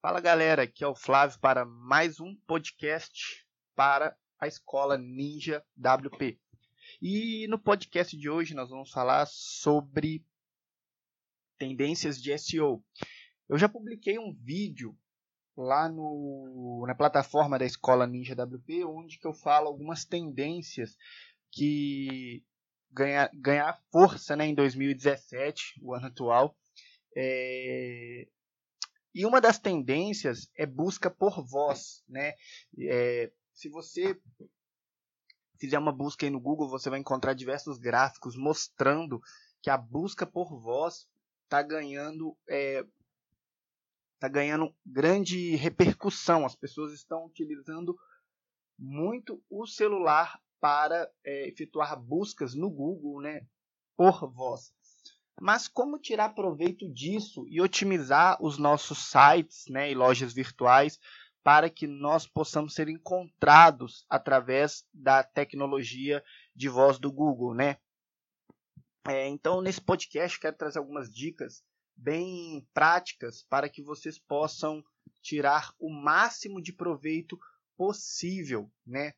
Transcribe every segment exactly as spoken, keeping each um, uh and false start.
Fala galera, aqui é o Flávio para mais um podcast para a Escola Ninja W P. E no podcast de hoje nós vamos falar sobre tendências de S E O. Eu já publiquei um vídeo lá no, na plataforma da Escola Ninja W P, onde que eu falo algumas tendências que ganhar ganhar força, né, em dois mil e dezessete, o ano atual. É... E uma das tendências é busca por voz, né? É, se você fizer uma busca aí no Google, você vai encontrar diversos gráficos mostrando que a busca por voz está ganhando, é, tá ganhando grande repercussão. As pessoas estão utilizando muito o celular para é, efetuar buscas no Google, né, por voz. Mas como tirar proveito disso e otimizar os nossos sites, né, e lojas virtuais para que nós possamos ser encontrados através da tecnologia de voz do Google, né? É, então, nesse podcast, quero trazer algumas dicas bem práticas para que vocês possam tirar o máximo de proveito possível, né,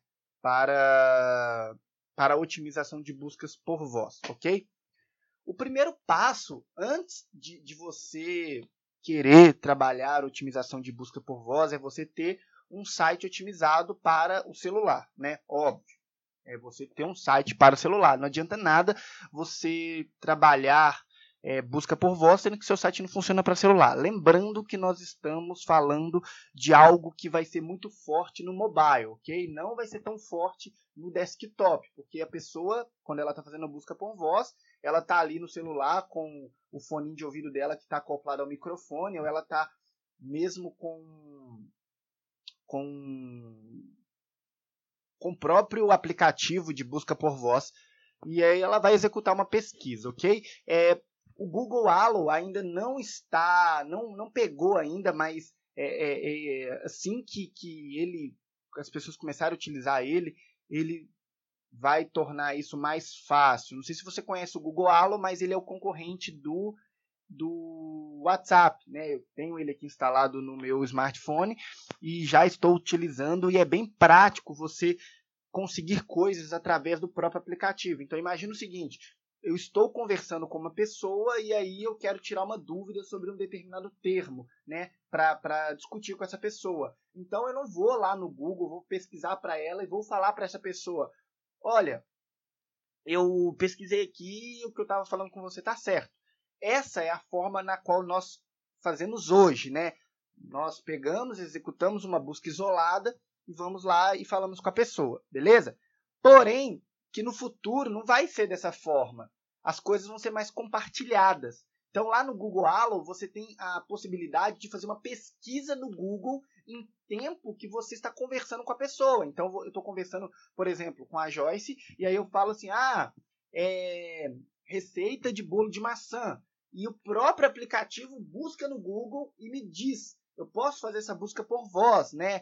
para, para a otimização de buscas por voz, ok? O primeiro passo, antes de, de você querer trabalhar otimização de busca por voz, é você ter um site otimizado para o celular, né? Óbvio, é você ter um site para o celular. Não adianta nada você trabalhar é, busca por voz, sendo que seu site não funciona para celular. Lembrando que nós estamos falando de algo que vai ser muito forte no mobile, ok? Não vai ser tão forte no desktop, porque a pessoa, quando ela está fazendo a busca por voz, ela está ali no celular com o fone de ouvido dela que está acoplado ao microfone, ou ela está mesmo com, com, com o próprio aplicativo de busca por voz, e aí ela vai executar uma pesquisa, ok? É, o Google Halo ainda não está, não, não pegou ainda, mas é, é, é, assim que, que ele, as pessoas começarem a utilizar ele, ele vai tornar isso mais fácil. Não sei se você conhece o Google Halo, mas ele é o concorrente do, do WhatsApp, né? Eu tenho ele aqui instalado no meu smartphone e já estou utilizando, e é bem prático você conseguir coisas através do próprio aplicativo. Então imagina o seguinte: eu estou conversando com uma pessoa e aí eu quero tirar uma dúvida sobre um determinado termo, né, para discutir com essa pessoa. Então eu não vou lá no Google, vou pesquisar para ela e vou falar para essa pessoa: olha, eu pesquisei aqui e o que eu estava falando com você está certo. Essa é a forma na qual nós fazemos hoje, né? Nós pegamos, executamos uma busca isolada e vamos lá e falamos com a pessoa, beleza? Porém, que no futuro não vai ser dessa forma. As coisas vão ser mais compartilhadas. Então, lá no Google Halo, você tem a possibilidade de fazer uma pesquisa no Google em tempo que você está conversando com a pessoa. Então, eu estou conversando, por exemplo, com a Joyce, e aí eu falo assim: ah, é, receita de bolo de maçã. E o próprio aplicativo busca no Google e me diz. Eu posso fazer essa busca por voz, né?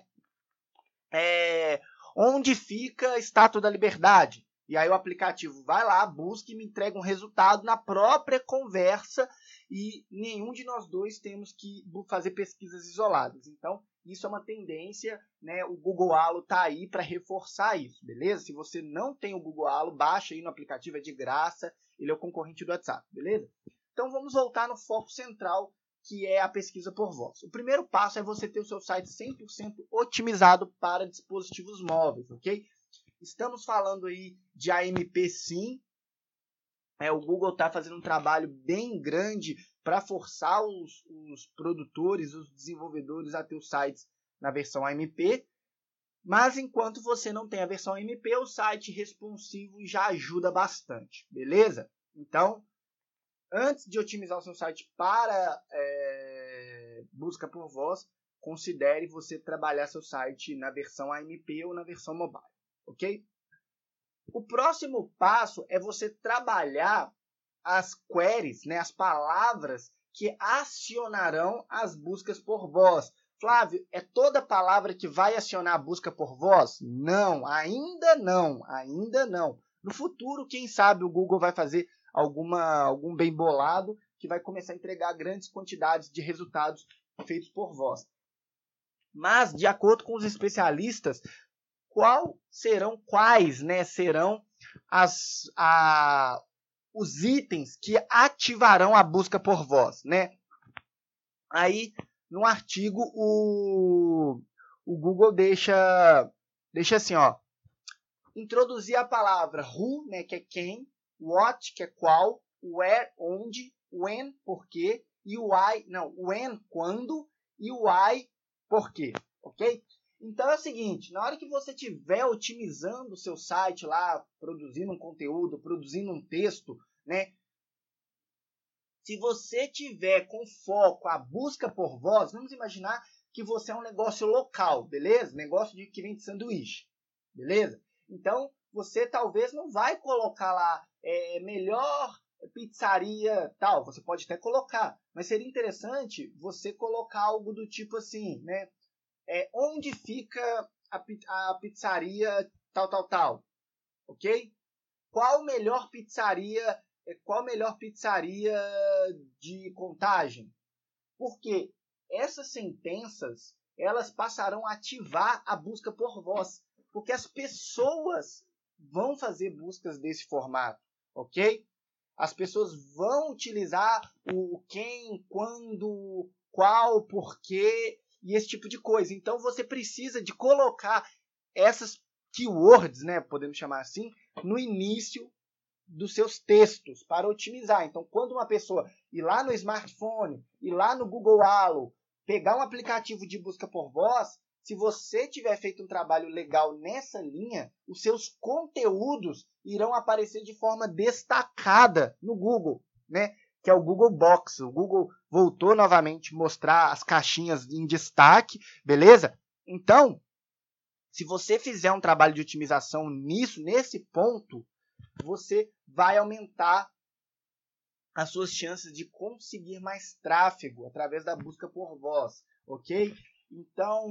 É, onde fica a Estátua da Liberdade? E aí o aplicativo vai lá, busca e me entrega um resultado na própria conversa, e nenhum de nós dois temos que fazer pesquisas isoladas. Então, isso é uma tendência, né? O Google Halo está aí para reforçar isso, beleza? Se você não tem o Google Halo, baixa aí no aplicativo, é de graça, ele é o concorrente do WhatsApp, beleza? Então, vamos voltar no foco central, que é a pesquisa por voz. O primeiro passo é você ter o seu site cem por cento otimizado para dispositivos móveis, ok? Estamos falando aí de A M P, sim. É, o Google está fazendo um trabalho bem grande para forçar os, os produtores, os desenvolvedores a ter os sites na versão A M P. Mas enquanto você não tem a versão A M P, o site responsivo já ajuda bastante, beleza? Então, antes de otimizar o seu site para é, busca por voz, considere você trabalhar seu site na versão A M P ou na versão mobile. Ok? O próximo passo é você trabalhar as queries, né, as palavras que acionarão as buscas por voz. Flávio, é toda palavra que vai acionar a busca por voz? Não, ainda não, ainda não. No futuro, quem sabe o Google vai fazer alguma, algum bem bolado que vai começar a entregar grandes quantidades de resultados feitos por voz. Mas, de acordo com os especialistas, qual serão, quais né, serão as, a, os itens que ativarão a busca por voz, né? Aí, no artigo, o, o Google deixa, deixa assim, ó, introduzir a palavra who, né, que é quem, what, que é qual, where, onde, when, porquê, e o why, não, when, quando, e o why, porquê, ok? Então é o seguinte, na hora que você estiver otimizando o seu site lá, produzindo um conteúdo, produzindo um texto, né? Se você tiver com foco a busca por voz, vamos imaginar que você é um negócio local, beleza? Negócio de que vende sanduíche, beleza? Então, você talvez não vai colocar lá é, melhor pizzaria tal, você pode até colocar, mas seria interessante você colocar algo do tipo assim, né? É, onde fica a, a pizzaria tal, tal, tal, ok? Qual melhor pizzaria, qual melhor pizzaria de Contagem? Porque essas sentenças, elas passarão a ativar a busca por voz, porque as pessoas vão fazer buscas desse formato, ok? As pessoas vão utilizar o quem, quando, qual, porquê e esse tipo de coisa. Então você precisa de colocar essas keywords, né, podemos chamar assim, no início dos seus textos para otimizar. Então, quando uma pessoa ir lá no smartphone, ir lá no Google Allo, pegar um aplicativo de busca por voz, se você tiver feito um trabalho legal nessa linha, os seus conteúdos irão aparecer de forma destacada no Google, né? Que é o Google Box. O Google voltou novamente a mostrar as caixinhas em destaque, beleza? Então, se você fizer um trabalho de otimização nisso, nesse ponto, você vai aumentar as suas chances de conseguir mais tráfego através da busca por voz, ok? Então,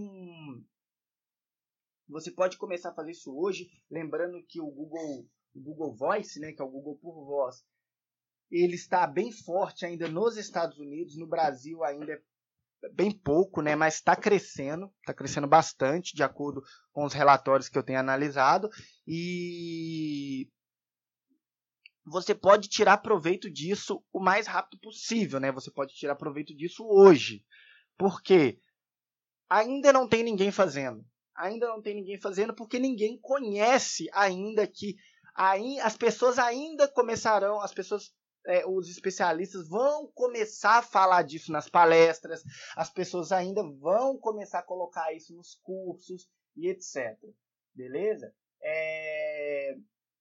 você pode começar a fazer isso hoje, lembrando que o Google, o Google Voice, né, que é o Google por Voz, ele está bem forte ainda nos Estados Unidos, no Brasil ainda é bem pouco, né, mas está crescendo, está crescendo bastante, de acordo com os relatórios que eu tenho analisado, e você pode tirar proveito disso o mais rápido possível, né? Você pode tirar proveito disso hoje, porque ainda não tem ninguém fazendo, ainda não tem ninguém fazendo, porque ninguém conhece ainda que aí, as pessoas ainda começarão, as pessoas É, os especialistas vão começar a falar disso nas palestras, as pessoas ainda vão começar a colocar isso nos cursos e etcétera. Beleza? É...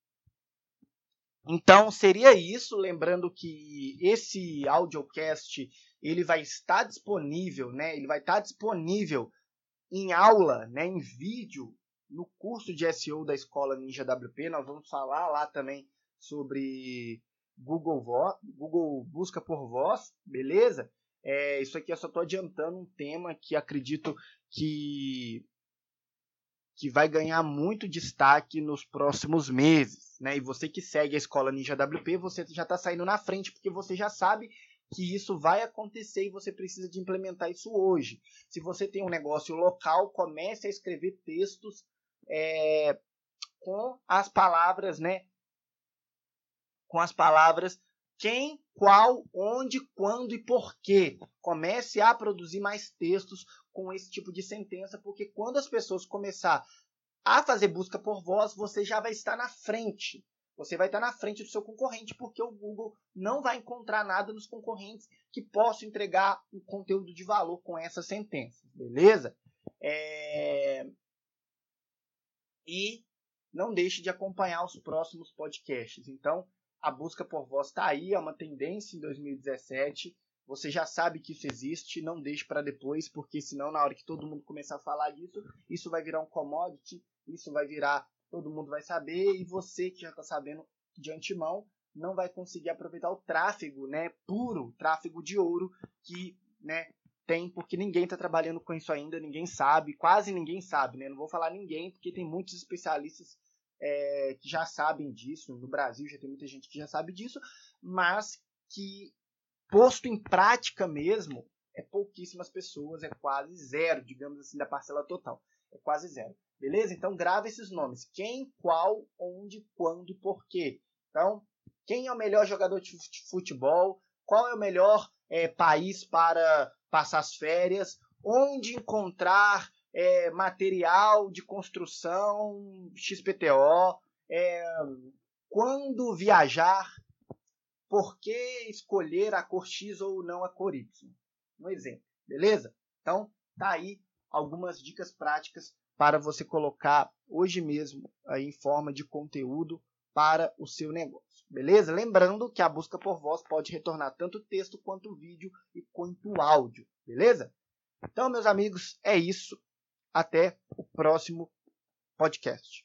Então, seria isso, lembrando que esse audiocast ele vai estar disponível, né? Ele vai estar disponível em aula, né? Em vídeo, no curso de S E O da Escola Ninja W P. Nós vamos falar lá também sobre Google, Vo- Google Busca por Voz, beleza? É, isso aqui eu só estou adiantando um tema que acredito que, que vai ganhar muito destaque nos próximos meses, né? E você que segue a Escola Ninja W P, você já está saindo na frente, porque você já sabe que isso vai acontecer e você precisa de implementar isso hoje. Se você tem um negócio local, comece a escrever textos é, com as palavras, né? Com as palavras quem, qual, onde, quando e porquê. Comece a produzir mais textos com esse tipo de sentença, porque quando as pessoas começar a fazer busca por voz, você já vai estar na frente. Você vai estar na frente do seu concorrente, porque o Google não vai encontrar nada nos concorrentes que possa entregar um conteúdo de valor com essa sentença. Beleza? É... E não deixe de acompanhar os próximos podcasts. Então, a busca por voz está aí, é uma tendência em dois mil e dezessete. Você já sabe que isso existe, não deixe para depois, porque senão na hora que todo mundo começar a falar disso, isso vai virar um commodity, isso vai virar, todo mundo vai saber, e você que já está sabendo de antemão, não vai conseguir aproveitar o tráfego, né, puro, tráfego de ouro que, né, tem, porque ninguém está trabalhando com isso ainda, ninguém sabe, quase ninguém sabe, né? Não vou falar ninguém, porque tem muitos especialistas é, que já sabem disso, no Brasil já tem muita gente que já sabe disso, mas que, posto em prática mesmo, é pouquíssimas pessoas, é quase zero, digamos assim, da parcela total. É quase zero. Beleza? Então grava esses nomes. Quem, qual, onde, quando e por quê. Então, quem é o melhor jogador de futebol? Qual é o melhor é, país para passar as férias? Onde encontrar é, material de construção X P T O? É, quando viajar? Por que escolher a cor X ou não a cor Y? Um exemplo, beleza? Então, tá aí algumas dicas práticas para você colocar hoje mesmo aí em forma de conteúdo para o seu negócio, beleza? Lembrando que a busca por voz pode retornar tanto texto quanto vídeo e quanto áudio, beleza? Então, meus amigos, é isso. Até o próximo podcast.